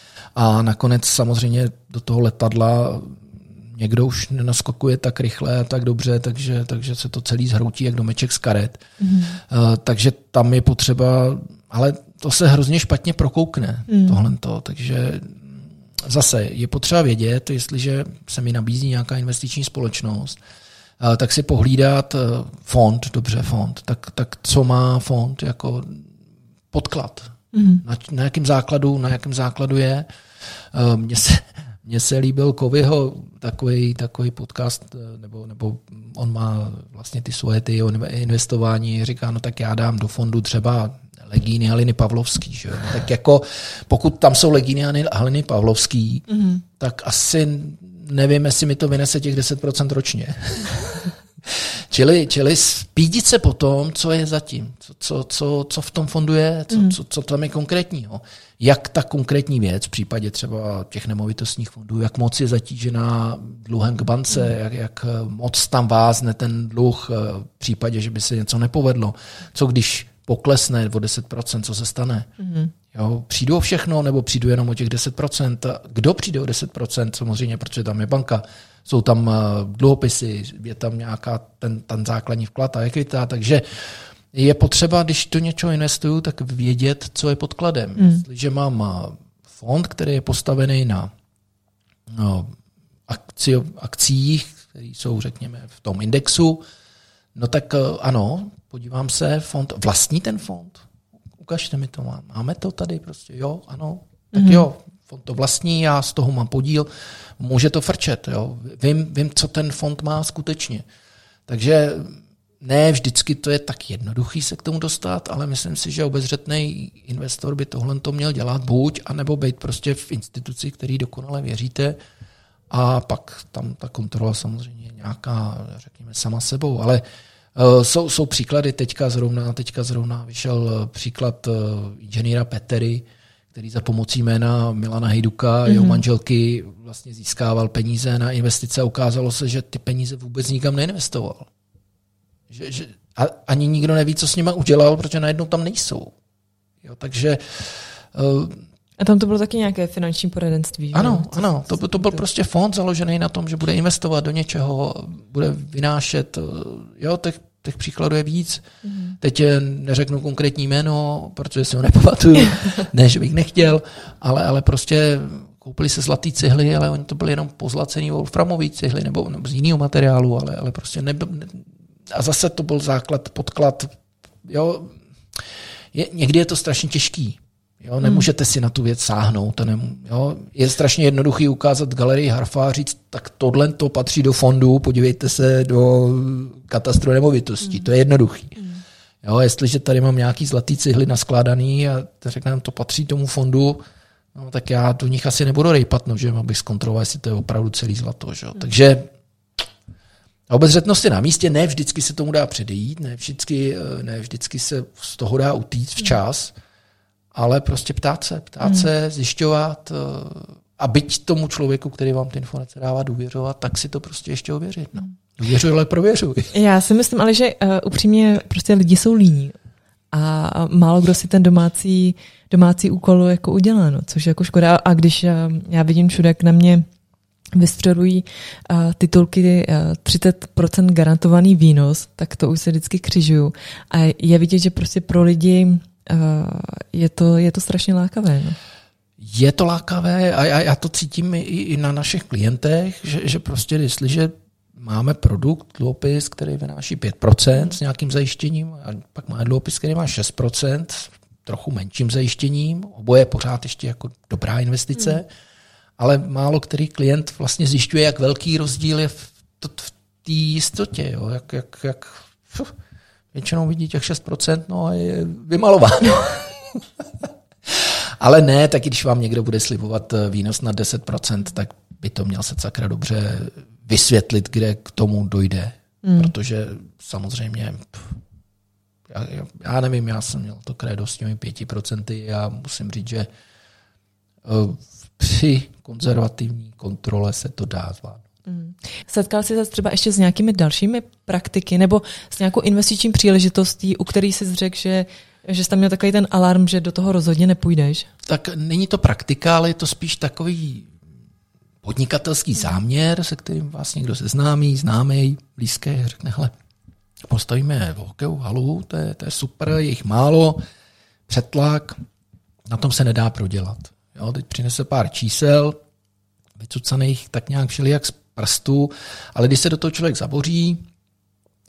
A nakonec samozřejmě do toho letadla někdo už nenaskakuje tak rychle a tak dobře, takže, takže se to celý zhroutí jak domeček z karet. Mm. Uh, takže tam je potřeba, ale to se hrozně špatně prokoukne, mm. tohleto. Takže zase je potřeba vědět, jestliže se mi nabízí nějaká investiční společnost, tak si pohlídat fond, dobře fond, tak, tak co má fond jako podklad, mm-hmm. na, na jakém základu, na jakém základu je. Mně se, mně se líbil Covyho takový, takový podcast, nebo, nebo on má vlastně ty svoje ty investování, říká, no tak já dám do fondu třeba legíny Haliny Pavlovský. Že? Tak jako pokud tam jsou legíny Haliny Pavlovský, mm-hmm. tak asi nevím, jestli mi to vynese těch deset procent ročně. čili, čili spídit se po tom, co je zatím, co, co, co, co v tom fondu je, co, mm. co, co tam je konkrétního. Jak ta konkrétní věc v případě třeba těch nemovitostních fondů, jak moc je zatížená dluhem k bance, mm. jak, jak moc tam vázne ten dluh v případě, že by se něco nepovedlo. Co když poklesne o deset procent, co se stane? Mm. Jo, přijdu o všechno, nebo přijdu jenom o těch deset procent? Kdo přijde o deset procent? Samozřejmě, protože tam je banka, jsou tam dluhopisy, je tam nějaká ten, ten základní vklad a ekvita, takže je potřeba, když do něčeho investuju, tak vědět, co je podkladem. Mm. Jestliže mám fond, který je postavený na no, akci, akcích, které jsou, řekněme, v tom indexu, no tak ano, podívám se, fond, vlastní ten fond, ukažte mi to, máme to tady prostě, jo, ano, tak mm-hmm. jo, fond to vlastní, já z toho mám podíl, může to frčet, jo, vím, vím, co ten fond má skutečně. Takže ne vždycky to je tak jednoduchý se k tomu dostat, ale myslím si, že obezřetný investor by tohle to měl dělat buď, anebo být prostě v instituci, který dokonale věříte, a pak tam ta kontrola samozřejmě nějaká, řekněme, sama sebou, ale uh, jsou, jsou příklady, teďka zrovna, teďka zrovna vyšel příklad uh, inženýra Petery, který za pomocí jména Milana Hejduka, mm-hmm. jeho manželky, vlastně získával peníze na investice a ukázalo se, že ty peníze vůbec nikam neinvestoval. Že, že, a ani nikdo neví, co s nima udělal, protože najednou tam nejsou. Jo, takže... Uh, a tam to bylo taky nějaké finanční poradenství. Ano, že? ano. To, to byl prostě fond založený na tom, že bude investovat do něčeho, bude vynášet. Jo, těch, těch příkladů je víc. Mm. Teď neřeknu konkrétní jméno, protože si ho nepamatuju, ne, že bych nechtěl, ale, ale prostě koupili se zlatý cihly, ale oni to byly jenom pozlacený wolframový cihly nebo, nebo z jiného materiálu, ale, ale prostě nebyl, ne, a zase to byl základ, podklad. Jo, je, někdy je to strašně těžký. Jo, nemůžete si na tu věc sáhnout. Nem, jo. Je strašně jednoduchý ukázat galerii Harfa a říct, tak tohle to patří do fondu, podívejte se do katastru nemovitostí. Mm. To je jednoduchý. Mm. Jo, jestliže tady mám nějaký zlatý cihly naskládaný a řekneme, to patří tomu fondu, no, tak já do nich asi nebudu rejpat nožem, abych zkontroloval, jestli to je opravdu celý zlato. Že? Mm. Takže obezřetnost je na místě, ne vždycky se tomu dá předejít, ne vždycky, ne vždycky se z toho dá utíct včas, mm. ale prostě ptát se, ptát mm. se, zjišťovat a byť tomu člověku, který vám ty informace dává, důvěřovat, tak si to prostě ještě ověřit. No. Důvěřuj, ale prověřuj. Já si myslím, ale že uh, upřímně prostě lidi jsou líní a málo kdo si ten domácí, domácí úkol jako udělá, no, což je jako škoda. A když uh, já vidím všude, jak na mě vystřelují uh, titulky uh, třicet procent garantovaný výnos, tak to už se vždycky křižuju. A je vidět, že prostě pro lidi uh, je, to, je to strašně lákavé. No. Je to lákavé a já, já to cítím i, i na našich klientech, že, že prostě jestliže máme produkt, dluhopis, který vynáší pět procent s nějakým zajištěním, a pak máme dluhopis, který má šest procent s trochu menším zajištěním, oboje pořád ještě jako dobrá investice, hmm. ale málo který klient vlastně zjišťuje, jak velký rozdíl je v, v té jistotě. Jo? Jak, jak, jak pf, většinou vidí těch šest procent, no a je vymalováno. Ale ne, tak když vám někdo bude slibovat výnos na deset procent, tak by to měl se sakra dobře vysvětlit, kde k tomu dojde. Mm. Protože samozřejmě, pff, já, já nevím, já jsem měl to krédo s těmi pěti procenty a musím říct, že uh, při konzervativní kontrole se to dá zvládnout. Mm. Setkal jsi se třeba ještě s nějakými dalšími praktiky nebo s nějakou investiční příležitostí, u který jsi řekl, že že jsi tam měl takový ten alarm, že do toho rozhodně nepůjdeš? Tak není to praktika, ale je to spíš takový podnikatelský záměr, se kterým vás někdo seznámí, známý, blízký, řekne, hele, postavíme hokejovou halu, to je, to je super, je jich málo, přetlak, na tom se nedá prodělat. Jo, teď přinese pár čísel, vycucaných tak nějak všelijak z prstu, ale když se do toho člověk zaboří,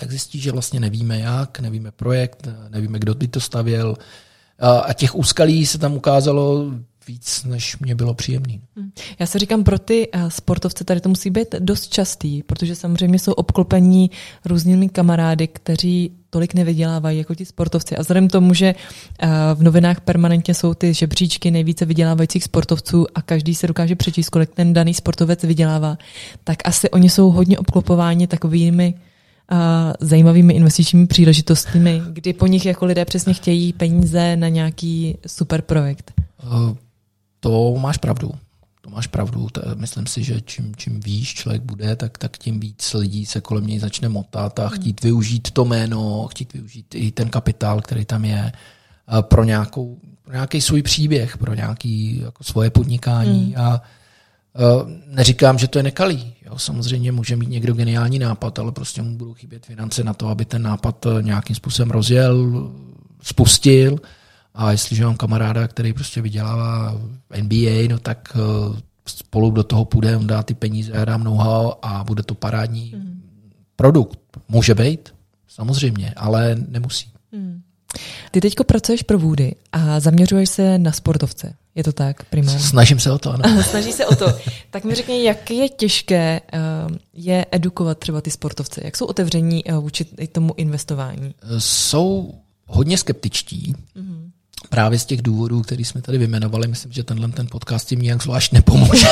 tak zjistí, že vlastně nevíme jak, nevíme projekt, nevíme, kdo by to stavěl. A těch úskalí se tam ukázalo víc, než mě bylo příjemný. Já se říkám, pro ty sportovce tady to musí být dost častý, protože samozřejmě jsou obklopení různými kamarády, kteří tolik nevydělávají jako ti sportovci. A vzhledem tomu, že v novinách permanentně jsou ty žebříčky nejvíce vydělávajících sportovců a každý se dokáže přečíst, kolik ten daný sportovec vydělává, tak asi oni jsou hodně obklopováni takovými a zajímavými investičními příležitostmi, kdy po nich jako lidé přesně chtějí peníze na nějaký super projekt. Uh, to máš pravdu. To máš pravdu. Myslím si, že čím, čím výš člověk bude, tak, tak tím víc lidí se kolem něj začne motat a chtít využít to jméno, chtít využít i ten kapitál, který tam je, pro, nějakou, pro nějaký svůj příběh, pro nějaké jako svoje podnikání. Hmm. A uh, neříkám, že to je nekalý. Jo, samozřejmě může mít někdo geniální nápad, ale prostě mu budou chybět finance na to, aby ten nápad nějakým způsobem rozjel, spustil. A jestliže mám kamaráda, který prostě vydělává N B A, no tak spolu do toho půjde, on dá ty peníze, já dám know-how a bude to parádní mm. produkt. Může být, samozřejmě, ale nemusí. Mm. Ty teďko pracuješ pro Woody a zaměřuješ se na sportovce. Je to tak primárně? Snažím se o to, ano. Snaží se o to. Tak mi řekni, jak je těžké je edukovat třeba ty sportovce? Jak jsou otevření vůči tomu investování? Jsou hodně skeptičtí. Mm. Právě z těch důvodů, který jsme tady vyjmenovali. Myslím, že tenhle ten podcast jim nějak zvlášť nepomůže.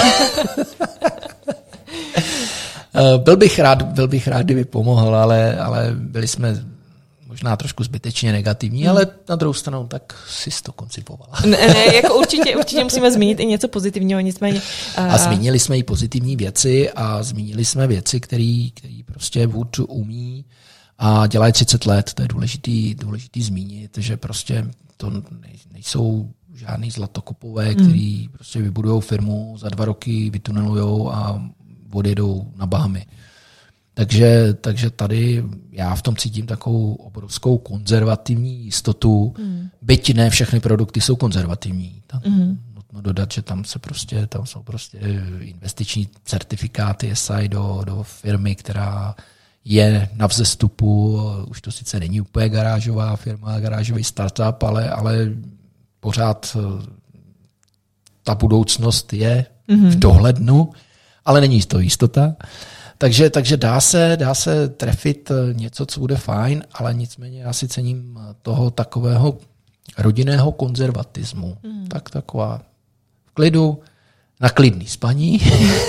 byl bych rád, byl bych rád, kdyby pomohl, ale, ale byli jsme možná trošku zbytečně negativní, hmm. ale na druhou stranu tak si to koncipovala. ne, ne, jako určitě, určitě musíme zmínit i něco pozitivního, nicméně. A, a zmínili jsme i pozitivní věci a zmínili jsme věci, které prostě Wood umí a dělají třicet let. To je důležitý, důležitý zmínit, že prostě to nejsou žádný zlatokopové, který hmm. prostě vybudujou firmu, za dva roky vytunelujou a odjedou na Bahamy. Takže, takže tady já v tom cítím takovou obrovskou konzervativní jistotu, hmm. byť ne všechny produkty jsou konzervativní. Tam hmm. nutno dodat, že tam se prostě, tam jsou prostě investiční certifikáty S I do, do firmy, která je na vzestupu, už to sice není úplně garážová firma, garážový startup, ale, ale pořád ta budoucnost je mm-hmm. v dohlednu, ale není to jistota. Takže, takže dá se, dá se trefit něco, co bude fajn, ale nicméně já si cením toho takového rodinného konzervatismu. Mm. Tak taková v klidu, na klidný spaní.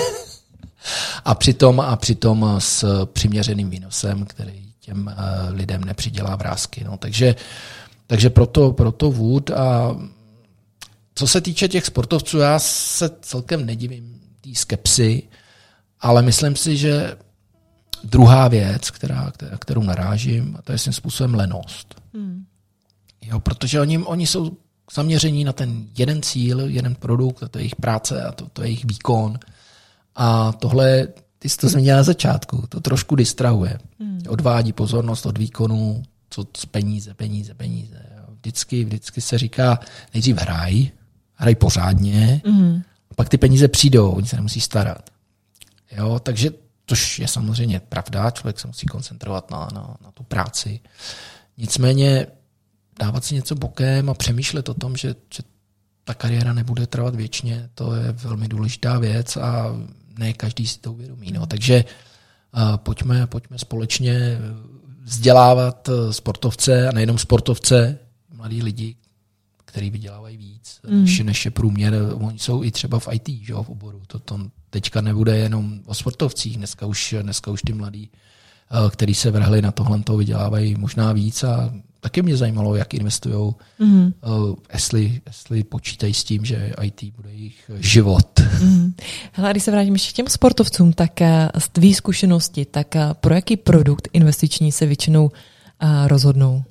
A přitom, a přitom s přiměřeným výnosem, který těm uh, lidem nepřidělá vrásky. No, takže takže proto, proto Wood. A co se týče těch sportovců, já se celkem nedivím té skepsy, ale myslím si, že druhá věc, která, kterou narážím, to je svým způsobem lenost. Hmm. Jo, protože oni, oni jsou zaměření na ten jeden cíl, jeden produkt, a to je jejich práce a to, to je jejich výkon. A tohle, ty jsi to zmínila na začátku, to trošku distrahuje. Hmm. Odvádí pozornost od výkonu, co peníze, peníze, peníze. Vždycky, vždycky se říká, nejdřív hraj, hraj pořádně, hmm. a pak ty peníze přijdou, oni se nemusí starat. Jo, takže, což je samozřejmě pravda, člověk se musí koncentrovat na, na, na tu práci. Nicméně dávat si něco bokem a přemýšlet o tom, že, že ta kariéra nebude trvat věčně, to je velmi důležitá věc a ne každý si to uvědomí. No. Takže uh, pojďme, pojďme společně vzdělávat sportovce a nejenom sportovce, mladí lidi, kteří vydělávají víc, mm. než, než je průměr. Oni jsou i třeba v I T, že, v oboru. To, to teďka nebude jenom o sportovcích. Dneska už, dneska už ty mladí, uh, kteří se vrhli na tohle, to vydělávají možná víc a taky mě zajímalo, jak investujou, mm. uh, jestli, jestli počítají s tím, že I T bude jejich život. Mm. Hele, když se vrátím ještě k těm sportovcům, tak z tvý zkušenosti, tak pro jaký produkt investiční se většinou uh, rozhodnou?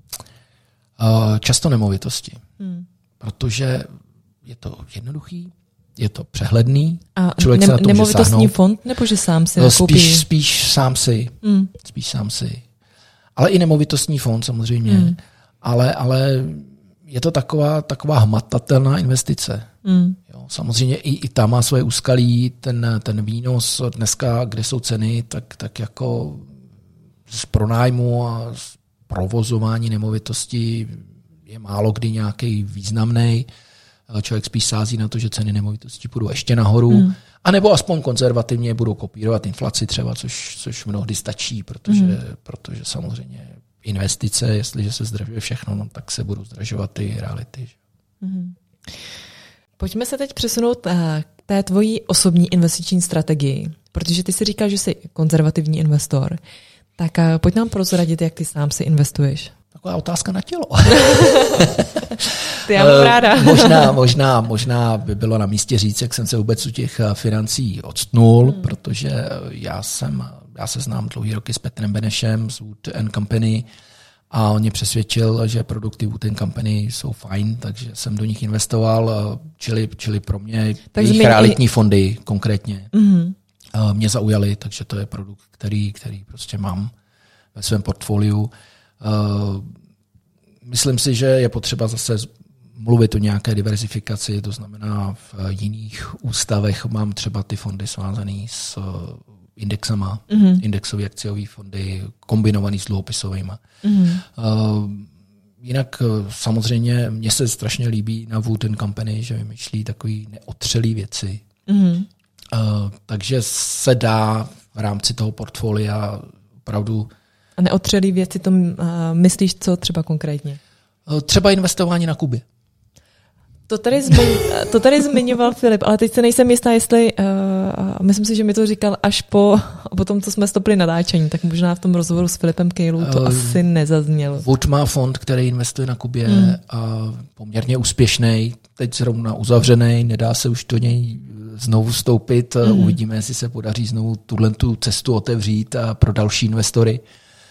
Uh, často nemovitosti. Mm. Protože je to jednoduchý, je to přehledný. A člověk ne- se na to nemovitostní fond, nebo že sám si no, spíš, spíš sám si. Mm. Spíš sám si. Ale i nemovitostní fond samozřejmě. Mm. Ale, ale je to taková, taková hmatatelná investice. Mm. Jo, samozřejmě i, i tam má svoje úskalí, ten, ten výnos dneska, kde jsou ceny, tak, tak jako z pronájmu a z provozování nemovitosti je málo kdy nějaký významný. Člověk spíš sází na to, že ceny nemovitostí půjdou ještě nahoru, mm. anebo aspoň konzervativně budou kopírovat inflaci třeba, což, což mnohdy stačí, protože, mm. protože samozřejmě investice, jestliže se zdražuje všechno, no, tak se budou zdražovat ty reality. Mm. Pojďme se teď přesunout k té tvojí osobní investiční strategii, protože ty si říkáš, že jsi konzervativní investor, tak pojď nám prozradit, jak ty sám si investuješ. Taková otázka na tělo. Ty já mám ráda. možná, možná, možná by bylo na místě říct, jak jsem se vůbec u těch financí odstnul, hmm. protože já jsem, já se znám dlouhý roky s Petrem Benešem z Wood and Company a on mě přesvědčil, že produkty Wood and Company jsou fajn, takže jsem do nich investoval, čili, čili pro mě takže jejich realitní i... fondy konkrétně hmm. mě zaujaly, takže to je produkt, který, který prostě mám ve svém portfoliu. Uh, myslím si, že je potřeba zase mluvit o nějaké diverzifikaci, to znamená v jiných ústavech mám třeba ty fondy svázané s indexama, mm-hmm. indexové akciové fondy kombinované s dluhopisovými. Mm-hmm. Uh, jinak samozřejmě mně se strašně líbí na Wood and Company, že vymýšlí takový neotřelý věci. Mm-hmm. Uh, takže se dá v rámci toho portfolia opravdu. A neotřelý věci, to uh, myslíš co třeba konkrétně? Třeba investování na Kubě. To tady, zmiň, to tady zmiňoval Filip, ale teď se nejsem jistá, jestli, uh, myslím si, že mi to říkal až po, po tom, co jsme stopli natáčení, tak možná v tom rozhovoru s Filipem Kejlou to uh, asi nezaznělo. Wood má fond, který investuje na Kubě hmm. a poměrně úspěšný, teď zrovna uzavřený, nedá se už do něj znovu vstoupit, hmm. uvidíme, jestli se podaří znovu tu cestu otevřít a pro další investory.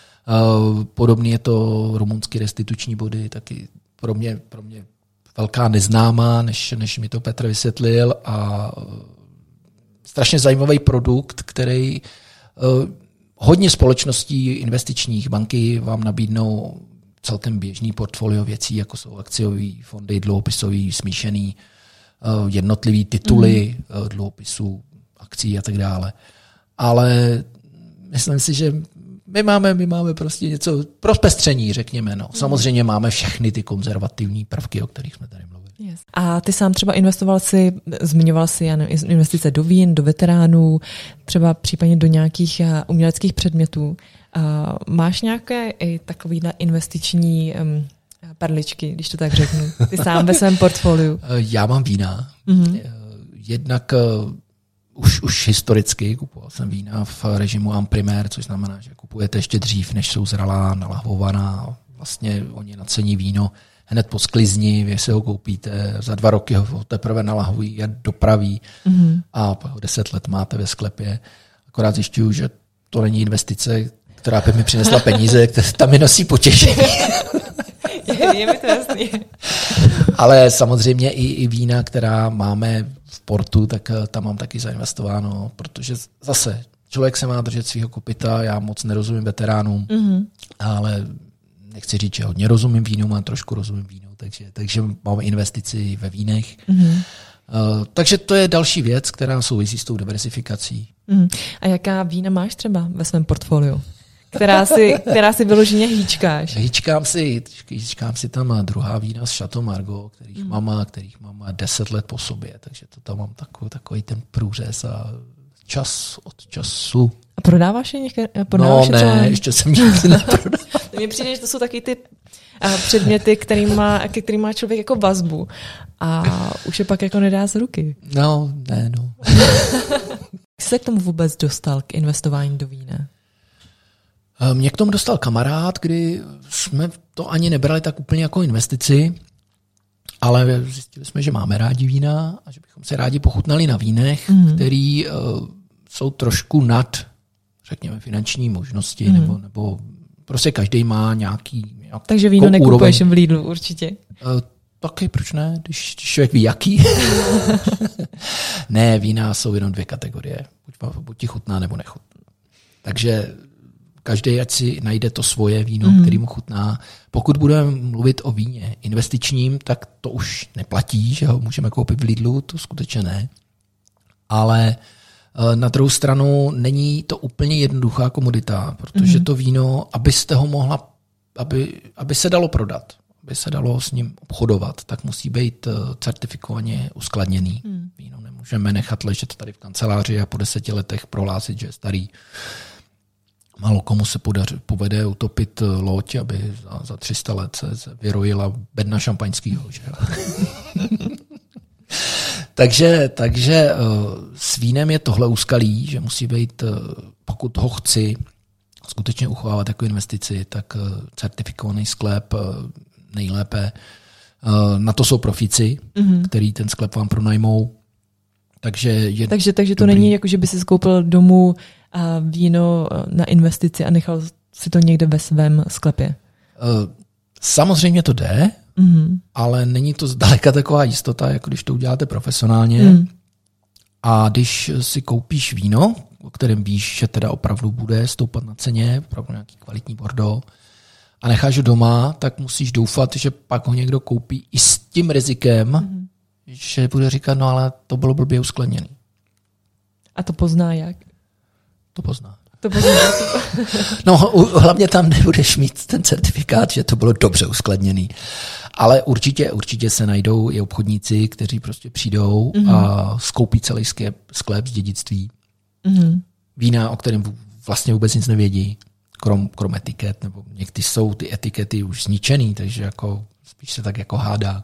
Uh, podobně je to rumunský restituční body, taky pro mě, pro mě velká neznámá, než, než mi to Petr vysvětlil a uh, strašně zajímavý produkt, který uh, hodně společností investičních banky vám nabídnou celkem běžný portfolio věcí, jako jsou akciový fondy, dluhopisový, smíšený, uh, jednotlivý tituly mm. uh, dluhopisů, akcí a tak dále. Ale myslím si, že My máme, my máme prostě něco pro zpestření, řekněme. No. Samozřejmě máme všechny ty konzervativní prvky, o kterých jsme tady mluvili. Yes. A ty sám třeba investoval si, zmiňoval si investice do vín, do veteránů, třeba případně do nějakých uměleckých předmětů. Máš nějaké i takovýhle investiční um, perličky, když to tak řeknu? Ty sám ve svém portfoliu. Já mám vína. Mm-hmm. Jednak Už, už historicky kupoval jsem vína v režimu Amprimer, což znamená, že kupujete ještě dřív, než jsou zralá, nalahvovaná. Vlastně oni nacení víno hned po sklizni, vy se ho koupíte, za dva roky ho teprve nalahují a dopraví mm-hmm. a po deset let máte ve sklepě. Akorát zjišťuju, že to není investice, která by mi přinesla peníze, tam mi nosí potěšení. Je mi to jasný. Ale samozřejmě i, i vína, která máme v portu, tak tam mám taky zainvestováno, protože zase člověk se má držet svého kopyta, já moc nerozumím veteránům, mm-hmm. ale nechci říct, že hodně rozumím vínu, mám trošku rozumím vínu, takže, takže mám investici ve vínech. Mm-hmm. Uh, takže to je další věc, která souvisí s tou diversifikací. Mm. A jaká vína máš třeba ve svém portfoliu? Která si, která si vyloženě hýčkáš. Hýčkám si, hýčkám si tam druhá vína z Chateau Margaux, kterých mm. mám, kterých mám deset let po sobě, takže to tam mám takový, takový ten průřez a čas od času. A prodáváš je někde? No ne, třeba? Ještě jsem nikdy neprodal. Mně přijde, že to jsou taky ty uh, předměty, který má, ke kterým má člověk jako vazbu a už je pak jako nedá z ruky. No, ne, no. Jak jsi se k tomu vůbec dostal, k investování do vína? Mě k tomu dostal kamarád, kdy jsme to ani nebrali tak úplně jako investici, ale zjistili jsme, že máme rádi vína a že bychom se rádi pochutnali na vínech, mm. který uh, jsou trošku nad, řekněme, finanční možnosti, mm. nebo, nebo prostě každý má nějaký, nějaký takže víno nekupuješ v Lidlu určitě? Uh, taky, proč ne, když, když člověk ví jaký. Ne, vína jsou jenom dvě kategorie, buď, buď ti chutná, nebo nechutná. Takže každý, ať si najde to svoje víno, mm. který mu chutná. Pokud budeme mluvit o víně investičním, tak to už neplatí, že ho můžeme koupit v Lidlu, to skutečně ne. Ale Na druhou stranu není to úplně jednoduchá komodita, protože to víno, abyste ho mohla, aby, aby se dalo prodat, aby se dalo s ním obchodovat, tak musí být certifikovaně uskladněný. Hmm. Víno nemůžeme nechat ležet tady v kanceláři a po deseti letech prohlásit, že je starý. Málo komu se podaří, povede utopit loď, aby za, za tři sta let se, se vyrojila bedna šampaňského. Že? takže takže s vínem je tohle úskalí, že musí být, pokud ho chci skutečně uchovávat jako investici, tak certifikovaný sklep nejlépe. Na to jsou profíci, mm-hmm. který ten sklep vám pronajmou. Takže, je takže, takže to není jako, že by si skoupil domů a víno na investici a nechal si to někde ve svém sklepě? Samozřejmě to jde, mm-hmm. ale není to zdaleka taková jistota, jako když to uděláte profesionálně. Mm. A když si koupíš víno, o kterém víš, že teda opravdu bude stoupat na ceně, opravdu nějaký kvalitní Bordeaux, a necháš ho doma, tak musíš doufat, že pak ho někdo koupí i s tím rizikem, mm-hmm. že bude říkat, no ale to bylo blbě uskladněný. A to pozná jak? To pozná. To pozná. No hlavně tam nebudeš mít ten certifikát, že to bylo dobře uskladněný. Ale určitě, určitě se najdou i obchodníci, kteří prostě přijdou mm-hmm. a skoupí celý sklep, sklep z dědictví. Mm-hmm. Vína, o kterém vlastně vůbec nic nevědí, krom, krom etiket, nebo někdy jsou ty etikety už zničený, takže jako spíš se tak jako hádá.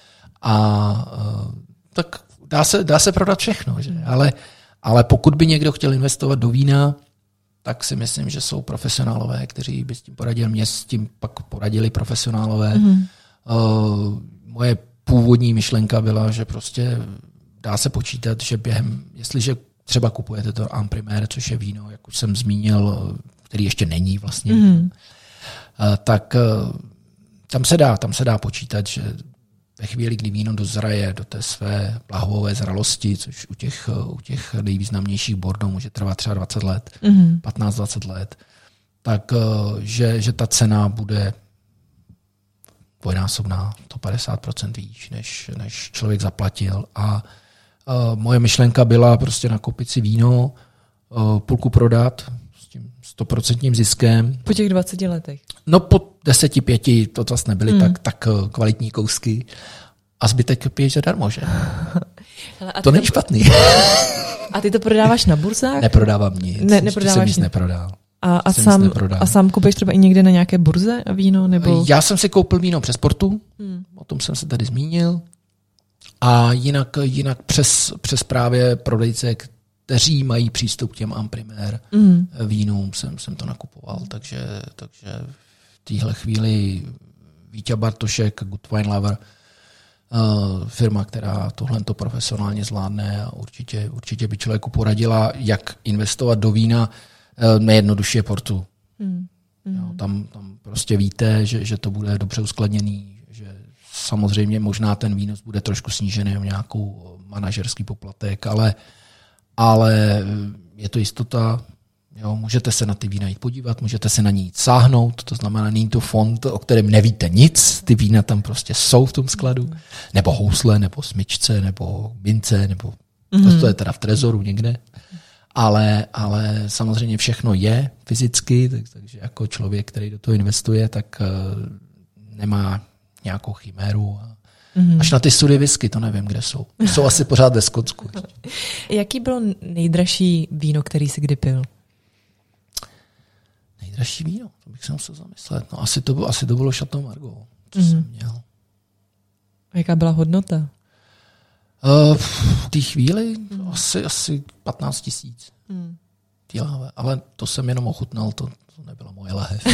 A uh, tak dá se, dá se prodat všechno, že? Ale, ale pokud by někdo chtěl investovat do vína, tak si myslím, že jsou profesionálové, kteří by s tím poradili. Mě s tím pak poradili profesionálové. Mm-hmm. Uh, moje původní myšlenka byla, že prostě dá se počítat, že během, jestliže třeba kupujete to Amprimère, což je víno, jak už jsem zmínil, který ještě není vlastně, mm-hmm. uh, tak uh, tam se dá, tam se dá počítat, že ve chvíli, kdy víno dozraje do té své blahovové zralosti, což u těch, u těch nejvýznamnějších Bordeaux může trvat třeba dvacet let, mm-hmm. patnáct dvacet let, tak že, že ta cena bude dvojnásobná, sto padesát procent výš, než, než člověk zaplatil. A uh, moje myšlenka byla prostě nakoupit si víno, uh, půlku prodat s tím stoprocentním ziskem. Po těch dvaceti letech? No po deseti, pěti, to zase nebyly hmm. tak, tak kvalitní kousky. A zbytek piješ zadarmo, že? Hele, a to není to... špatný. A ty to prodáváš na burzách? Neprodávám nic. Ne, neprodáváš jsem nic neprodal. A, a, sám, a sám kupuješ třeba i někde na nějaké burze víno? Nebo... Já jsem si koupil víno přes Portu, hmm. o tom jsem se tady zmínil. A jinak, jinak přes, přes právě prodejce, kteří mají přístup k těm Amprimère mm. vínům, jsem, jsem to nakupoval. Takže, takže v téhle chvíli Víťa Bartošek, Good Wine Lover, uh, firma, která tohle to profesionálně zvládne a určitě, určitě by člověku poradila, jak investovat do vína, uh, nejjednodušší je Portu. Mm. Mm. Jo, tam, tam prostě víte, že, že to bude dobře uskladněný, že samozřejmě možná ten výnos bude trošku snížený o nějakou manažerský poplatek, ale ale je to jistota, jo, můžete se na ty vína jít podívat, můžete se na ní jít sáhnout, to znamená, není to fond, o kterém nevíte nic, ty vína tam prostě jsou v tom skladu, nebo housle, nebo smyčce, nebo mince, nebo mm. to, to je teda v trezoru někde, ale, ale samozřejmě všechno je fyzicky, tak, takže jako člověk, který do toho investuje, tak uh, nemá nějakou chiméru a Mm-hmm. Až na ty sudy whisky, to nevím, kde jsou. Jsou asi pořád ve Skotsku. Jaký bylo nejdražší víno, který jsi kdy pil? Nejdražší víno? To bych se musel zamyslet. No, asi, to bylo, asi to bylo Chateau Margaux, co mm-hmm. jsem měl. A jaká byla hodnota? Uh, v té chvíli mm. asi, asi patnáct tisíc. Mm. Ale to jsem jenom ochutnal, to, to nebyla moje lahev.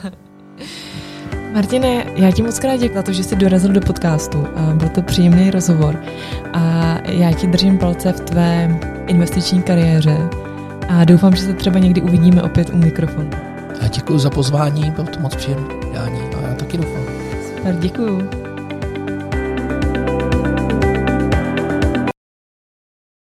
Martine, já ti moc krát děkuji za to, že jsi dorazil do podcastu. Byl to příjemný rozhovor a já ti držím palce v tvé investiční kariéře a doufám, že se třeba někdy uvidíme opět u mikrofonu. Já děkuji za pozvání, bylo to moc příjemné a já taky doufám. Super, děkuji.